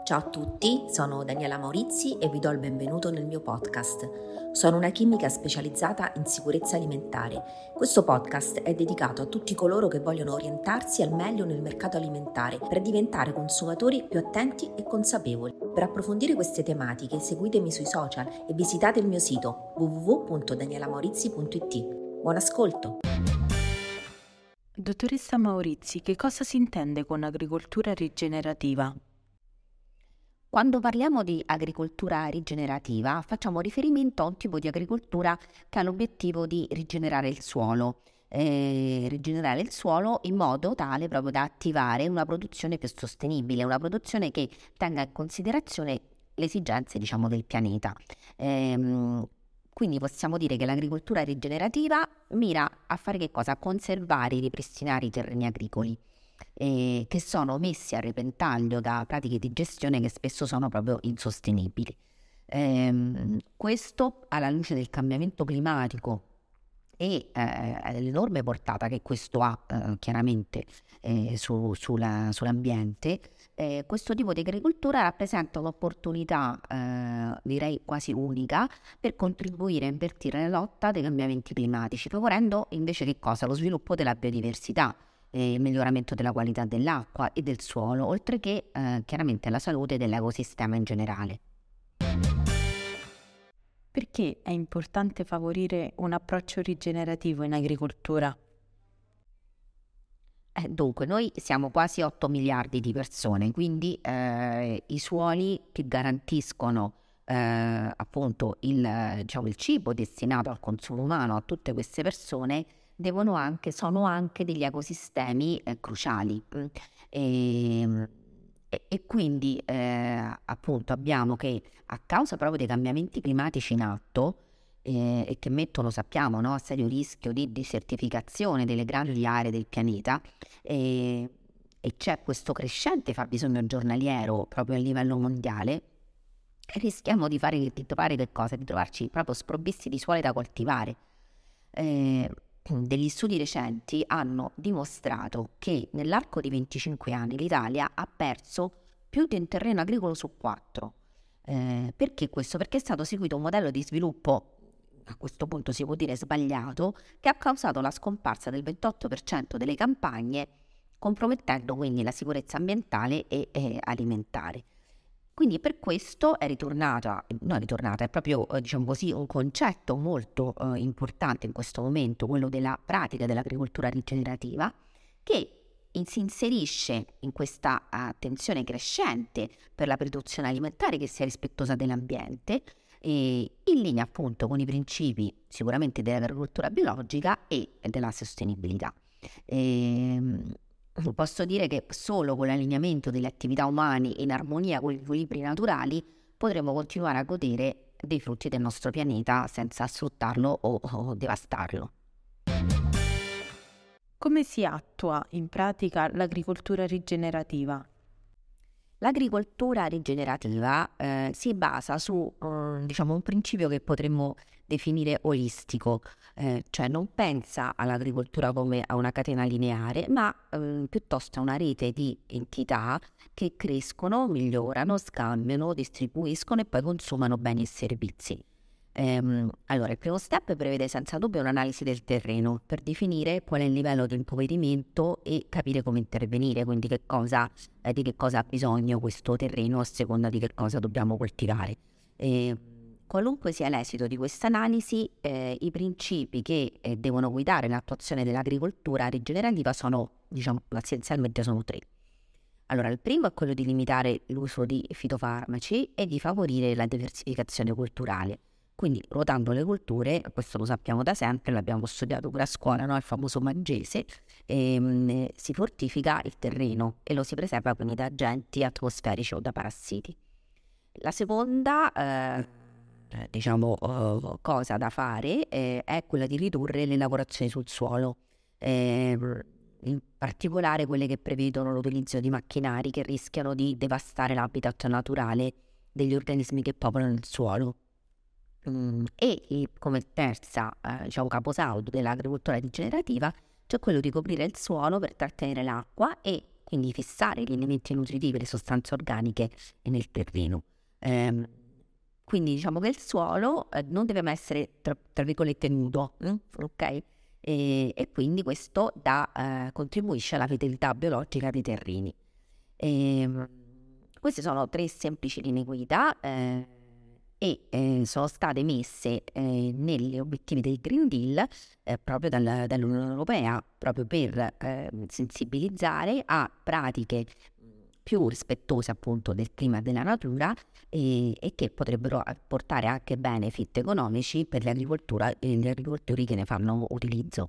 Ciao a tutti, sono Daniela Maurizi e vi do il benvenuto nel mio podcast. Sono una chimica specializzata in sicurezza alimentare. Questo podcast è dedicato a tutti coloro che vogliono orientarsi al meglio nel mercato alimentare per diventare consumatori più attenti e consapevoli. Per approfondire queste tematiche seguitemi sui social e visitate il mio sito www.danielamaurizi.it. Buon ascolto! Dottoressa Maurizi, che cosa si intende con agricoltura rigenerativa? Quando parliamo di agricoltura rigenerativa facciamo riferimento a un tipo di agricoltura che ha l'obiettivo di rigenerare il suolo in modo tale proprio da attivare una produzione più sostenibile, una produzione che tenga in considerazione le esigenze, del pianeta. Quindi possiamo dire che l'agricoltura rigenerativa mira a fare che cosa? A conservare e ripristinare i terreni agricoli che sono messi a repentaglio da pratiche di gestione che spesso sono proprio insostenibili. Questo alla luce del cambiamento climatico e l'enorme portata che questo ha chiaramente sull'ambiente, questo tipo di agricoltura rappresenta un'opportunità direi quasi unica per contribuire a invertire la lotta dei cambiamenti climatici, favorendo invece che cosa? Lo sviluppo della biodiversità, il miglioramento della qualità dell'acqua e del suolo, oltre che chiaramente la salute dell'ecosistema in generale. Perché è importante favorire un approccio rigenerativo in agricoltura? Dunque, noi siamo quasi 8 miliardi di persone, quindi i suoli che garantiscono appunto il cibo destinato al consumo umano a tutte queste persone sono anche degli ecosistemi cruciali. E quindi appunto abbiamo che a causa proprio dei cambiamenti climatici in atto e che mettono, sappiamo, a serio rischio di desertificazione delle grandi aree del pianeta, e c'è questo crescente fabbisogno giornaliero proprio a livello mondiale, rischiamo di trovarci proprio sprovvisti di suoli da coltivare. Degli studi recenti hanno dimostrato che nell'arco di 25 anni l'Italia ha perso più di un terreno agricolo su 4. Perché questo? Perché è stato seguito un modello di sviluppo, a questo punto si può dire sbagliato, che ha causato la scomparsa del 28% delle campagne, compromettendo quindi la sicurezza ambientale e alimentare. Quindi per questo è proprio un concetto molto importante in questo momento, quello della pratica dell'agricoltura rigenerativa, che si inserisce in questa attenzione crescente per la produzione alimentare che sia rispettosa dell'ambiente, e in linea appunto con i principi sicuramente dell'agricoltura biologica e della sostenibilità. Posso dire che solo con l'allineamento delle attività umane in armonia con gli equilibri naturali potremo continuare a godere dei frutti del nostro pianeta senza sfruttarlo o devastarlo. Come si attua in pratica l'agricoltura rigenerativa? L'agricoltura rigenerativa si basa su un principio che potremmo definire olistico, cioè non pensa all'agricoltura come a una catena lineare, ma piuttosto a una rete di entità che crescono, migliorano, scambiano, distribuiscono e poi consumano beni e servizi. Allora, il primo step prevede senza dubbio un'analisi del terreno per definire qual è il livello di impoverimento e capire come intervenire, quindi di che cosa ha bisogno questo terreno a seconda di che cosa dobbiamo coltivare. Qualunque sia l'esito di questa analisi, i principi che devono guidare l'attuazione dell'agricoltura rigenerativa essenzialmente sono 3. Allora, il primo è quello di limitare l'uso di fitofarmaci e di favorire la diversificazione culturale. Quindi ruotando le culture, questo lo sappiamo da sempre, l'abbiamo studiato pure a scuola, no? Il famoso Mangese, si fortifica il terreno e lo si preserva quindi da agenti atmosferici o da parassiti. La seconda cosa da fare è quella di ridurre le lavorazioni sul suolo, in particolare quelle che prevedono l'utilizzo di macchinari che rischiano di devastare l'habitat naturale degli organismi che popolano il suolo. Come terza caposaldo dell'agricoltura rigenerativa c'è quello di coprire il suolo per trattenere l'acqua e quindi fissare gli elementi nutritivi, le sostanze organiche nel terreno. Quindi diciamo che il suolo non deve mai essere tra virgolette nudo, ok? E quindi questo contribuisce alla fertilità biologica dei terreni. Queste sono 3 semplici linee guida e sono state messe negli obiettivi del Green Deal proprio dall'Unione Europea, proprio per sensibilizzare a pratiche più rispettose appunto del clima e della natura e che potrebbero portare anche benefit economici per l'agricoltura e gli agricoltori che ne fanno utilizzo.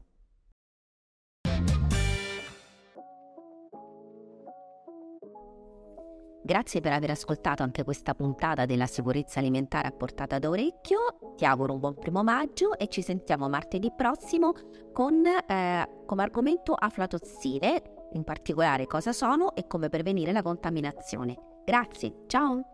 Grazie per aver ascoltato anche questa puntata della sicurezza alimentare a portata d'orecchio. Ti auguro un buon 1° maggio e ci sentiamo martedì prossimo con come argomento aflatossine, in particolare cosa sono e come prevenire la contaminazione. Grazie, ciao!